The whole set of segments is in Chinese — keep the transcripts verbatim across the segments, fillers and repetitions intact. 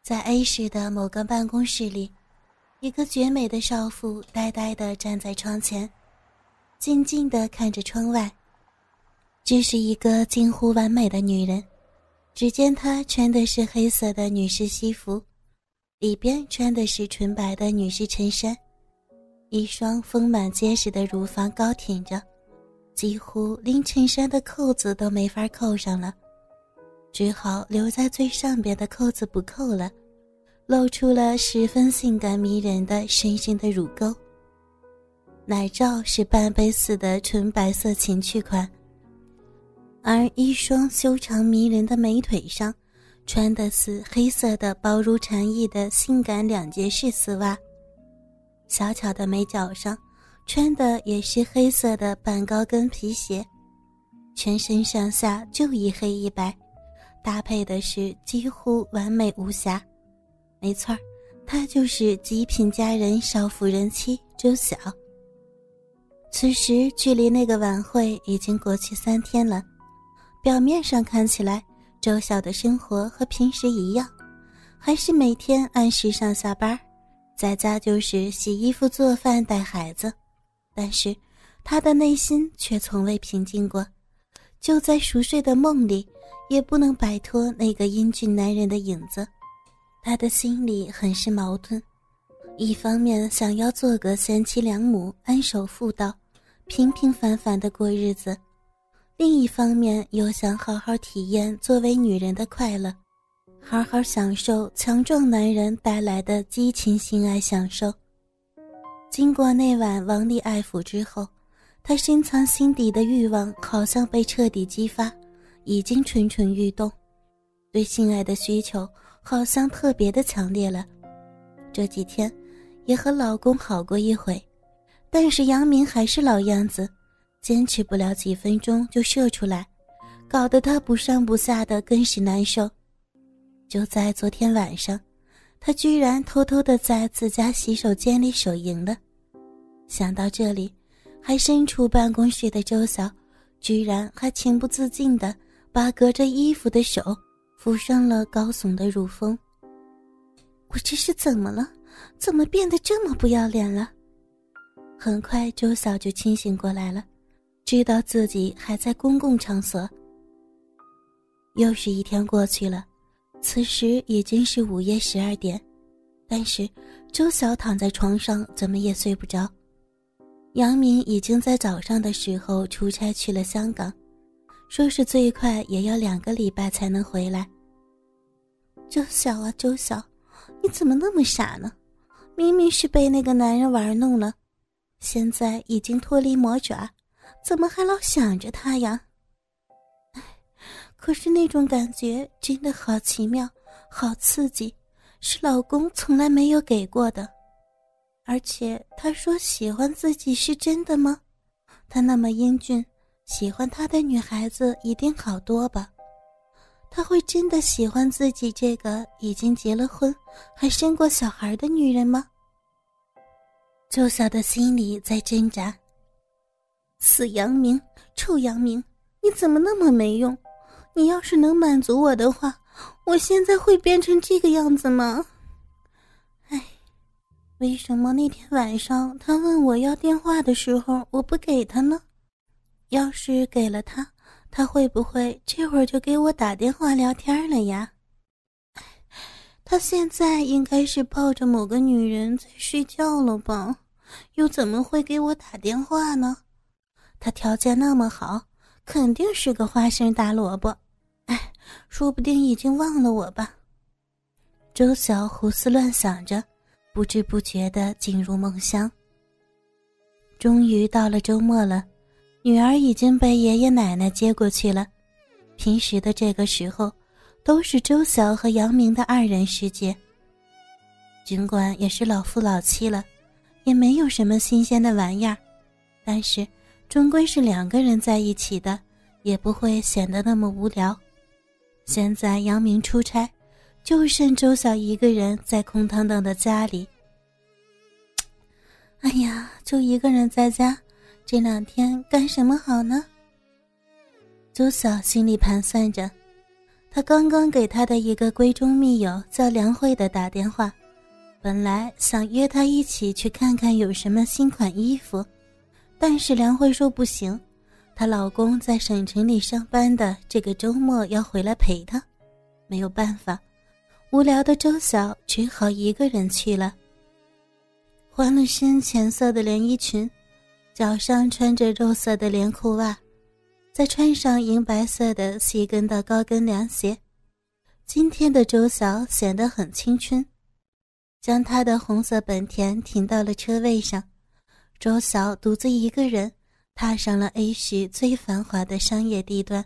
在 A 市的某个办公室里，一个绝美的少妇呆呆地站在窗前，静静地看着窗外。这是一个近乎完美的女人，只见她穿的是黑色的女士西服，里边穿的是纯白的女士衬衫，一双丰满结实的乳房高挺着，几乎连衬衫的扣子都没法扣上了，只好留在最上边的扣子不扣了，露出了十分性感迷人的深深的乳沟。奶罩是半杯似的纯白色情趣款，而一双修长迷人的美腿上穿的是黑色的薄如蝉翼的性感两节式丝袜，小巧的美脚上穿的也是黑色的半高跟皮鞋，全身上下就一黑一白，搭配的是几乎完美无瑕。没错，她就是极品佳人少妇人妻周晓。此时距离那个晚会已经过去三天了，表面上看起来周晓的生活和平时一样，还是每天按时上下班，在家就是洗衣服做饭带孩子，但是她的内心却从未平静过，就在熟睡的梦里也不能摆脱那个英俊男人的影子。她的心里很是矛盾，一方面想要做个贤妻良母，安守妇道，平平凡凡的过日子，另一方面又想好好体验作为女人的快乐，好好享受强壮男人带来的激情性爱享受。经过那晚王力爱抚之后，她深藏心底的欲望好像被彻底激发，已经蠢蠢欲动，对性爱的需求好像特别的强烈了。这几天也和老公好过一回，但是杨明还是老样子，坚持不了几分钟就射出来，搞得他不上不下的更是难受。就在昨天晚上，他居然偷偷的在自家洗手间里手淫了。想到这里，还身处办公室的周晓居然还情不自禁的把隔着衣服的手扶上了高耸的乳峰。我这是怎么了？怎么变得这么不要脸了？很快周晓就清醒过来了，知道自己还在公共场所。又是一天过去了，此时已经是午夜十二点，但是周晓躺在床上怎么也睡不着。杨明已经在早上的时候出差去了香港，说是最快也要两个礼拜才能回来。周晓啊周晓，你怎么那么傻呢？明明是被那个男人玩弄了，现在已经脱离魔爪，怎么还老想着他呀？唉，可是那种感觉真的好奇妙，好刺激，是老公从来没有给过的。而且他说喜欢自己是真的吗？他那么英俊，喜欢他的女孩子一定好多吧？他会真的喜欢自己这个已经结了婚还生过小孩的女人吗？周晓的心里在挣扎。死杨明，臭杨明，你怎么那么没用？你要是能满足我的话，我现在会变成这个样子吗？唉，为什么那天晚上他问我要电话的时候我不给他呢？要是给了他，他会不会这会儿就给我打电话聊天了呀？他现在应该是抱着某个女人在睡觉了吧，又怎么会给我打电话呢？他条件那么好，肯定是个花心大萝卜。哎，说不定已经忘了我吧。周晓胡思乱想着，不知不觉地进入梦乡。终于到了周末了，女儿已经被爷爷奶奶接过去了。平时的这个时候都是周晓和杨明的二人世界，尽管也是老夫老妻了，也没有什么新鲜的玩意儿，但是终归是两个人在一起的，也不会显得那么无聊。现在杨明出差，就剩周晓一个人在空荡荡的家里。哎呀，就一个人在家，这两天干什么好呢？周晓心里盘算着， 他刚刚给他的一个闺中密友叫梁慧的打电话，本来想约她一起去看看有什么新款衣服，但是梁慧说不行，她老公在省城里上班的，这个周末要回来陪她。没有办法，无聊的周晓只好一个人去了。换了身浅色的连衣裙，脚上穿着肉色的连裤袜，再穿上银白色的细跟的高跟凉鞋，今天的周晓显得很青春。将她的红色本田停到了车位上，周晓独自一个人踏上了 A 市最繁华的商业地段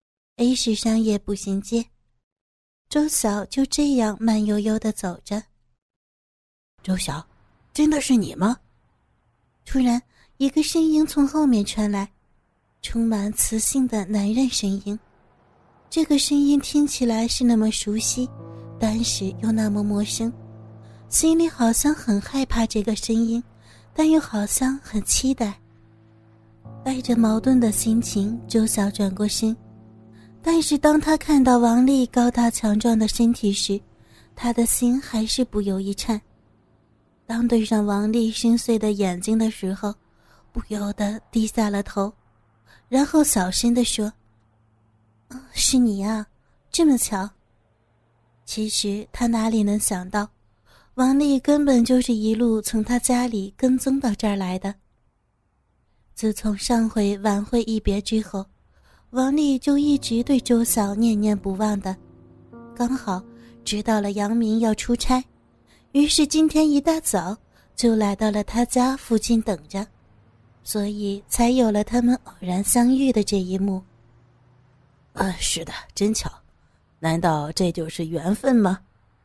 A 市商业步行街。周晓就这样慢悠悠地走着。 周晓，真的是你吗？ 突然一个声音从后面传来，充满磁性的男人声音。这个声音听起来是那么熟悉，但是又那么陌生，心里好像很害怕这个声音，但又好像很期待。带着矛盾的心情，周晓转过身，但是当他看到王丽高大强壮的身体时，他的心还是不由一颤。当对上王丽深邃的眼睛的时候，不由得低下了头，然后小声地说：哦，是你啊，这么巧。其实他哪里能想到，王丽根本就是一路从他家里跟踪到这儿来的。自从上回晚会一别之后，王丽就一直对周晓念念不忘的，刚好知道了杨明要出差，于是今天一大早就来到了他家附近等着，所以才有了他们偶然相遇的这一幕。 呃，是的，真巧，难道这就是缘分吗？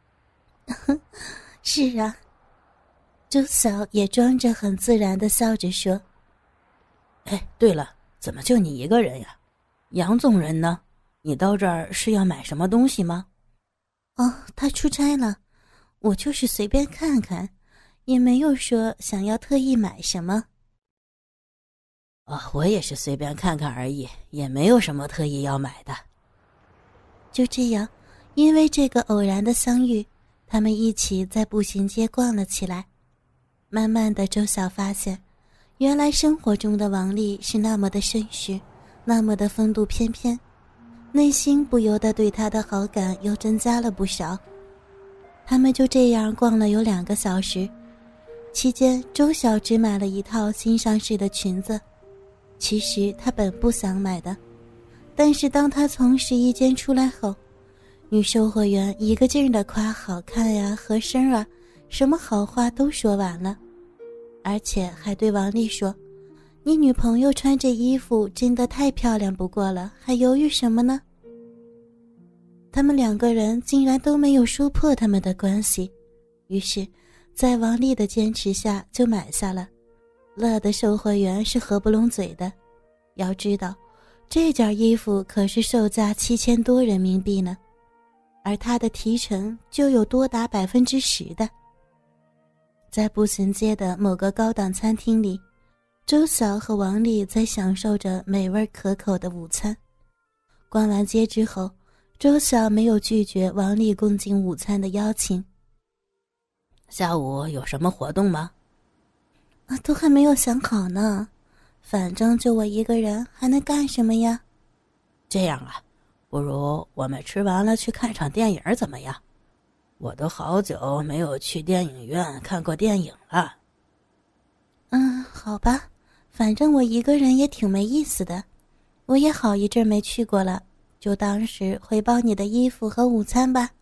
是啊，周晓也装着很自然地笑着说。 哎，对了，怎么就你一个人呀？杨总人呢？你到这儿是要买什么东西吗？ 哦，他出差了，我就是随便看看，也没有说想要特意买什么。 哦，我也是随便看看而已，也没有什么特意要买的。 就这样，因为这个偶然的相遇，他们一起在步行街逛了起来。慢慢的，周晓发现，原来生活中的王丽是那么的绅士，那么的风度翩翩，内心不由得对她的好感又增加了不少。他们就这样逛了有两个小时，期间周晓只买了一套新上市的裙子，其实她本不想买的，但是当她从试衣间出来后，女售货员一个劲儿地夸好看呀、合身啊，什么好话都说完了，而且还对王丽说，你女朋友穿这衣服真的太漂亮不过了，还犹豫什么呢？他们两个人竟然都没有说破他们的关系，于是在王丽的坚持下就买下了，乐的售货员是合不拢嘴的。要知道这件衣服可是售价七千多人民币呢，而他的提成就有多达百分之十的。在步行街的某个高档餐厅里，周晓和王丽在享受着美味可口的午餐。逛完街之后，周晓没有拒绝王丽共进午餐的邀请。 下午有什么活动吗？ 啊，都还没有想好呢，反正就我一个人，还能干什么呀？ 这样啊，不如我们吃完了去看场电影怎么样？我都好久没有去电影院看过电影了。 嗯，好吧，反正我一个人也挺没意思的，我也好一阵没去过了，就当是回报你的衣服和午餐吧。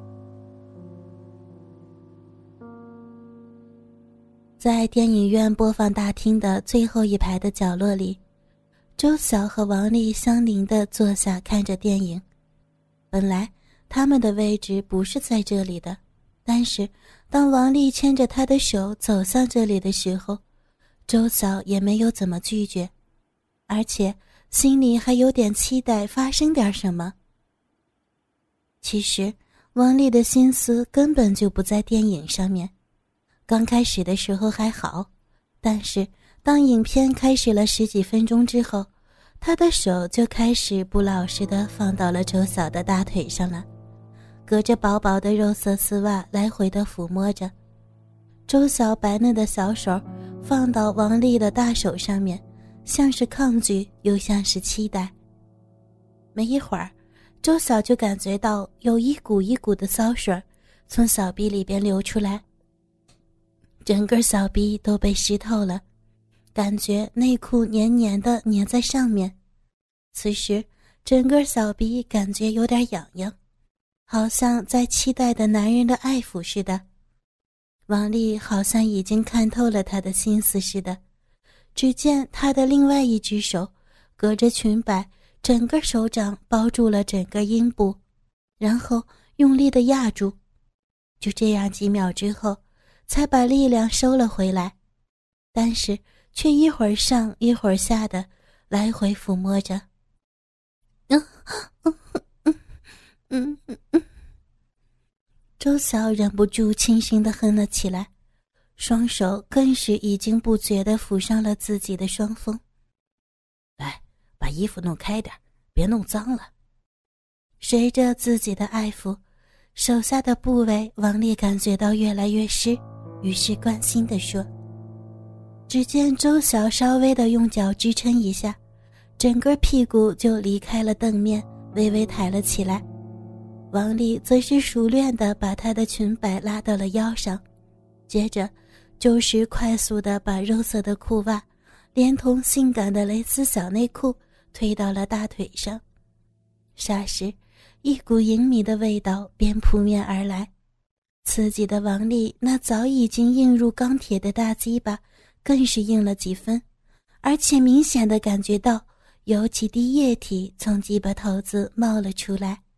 在电影院播放大厅的最后一排的角落里，周晓和王丽相邻地坐下看着电影。本来他们的位置不是在这里的，但是当王丽牵着他的手走向这里的时候，周晓也没有怎么拒绝，而且心里还有点期待发生点什么。其实王丽的心思根本就不在电影上面，刚开始的时候还好，但是当影片开始了十几分钟之后， 他的手就开始不老实地放到了周晓的大腿上了，隔着薄薄的肉色丝袜来回地抚摸着。周晓白嫩的小手放到王丽的大手上面，像是抗拒又像是期待。没一会儿，周晓就感觉到有一股一股的骚水从小臂里边流出来，整个小臂都被湿透了，感觉内裤黏黏的粘在上面。此时整个小臂感觉有点痒痒，好像在期待的男人的爱抚似的。王丽好像已经看透了他的心思似的，只见他的另外一只手隔着裙摆，整个手掌包住了整个阴部，然后用力地压住。就这样几秒之后，才把力量收了回来，但是却一会儿上一会儿下的来回抚摸着。嗯嗯嗯嗯嗯嗯，周晓忍不住轻轻地哼了起来，双手更是已经不觉地抚上了自己的双峰。 来，把衣服弄开点，别弄脏了。 随着自己的爱抚，手下的部位王丽感觉到越来越湿，于是关心地说。只见周晓稍微地用脚支撑一下，整个屁股就离开了凳面，微微抬了起来。王丽则是熟练地把她的裙摆拉到了腰上，接着就是快速地把肉色的裤袜连同性感的蕾丝小内裤推到了大腿上。霎时一股淫靡的味道便扑面而来，刺激的王丽那早已经映入钢铁的大鸡巴更是硬了几分，而且明显地感觉到有几滴液体从鸡巴头子冒了出来。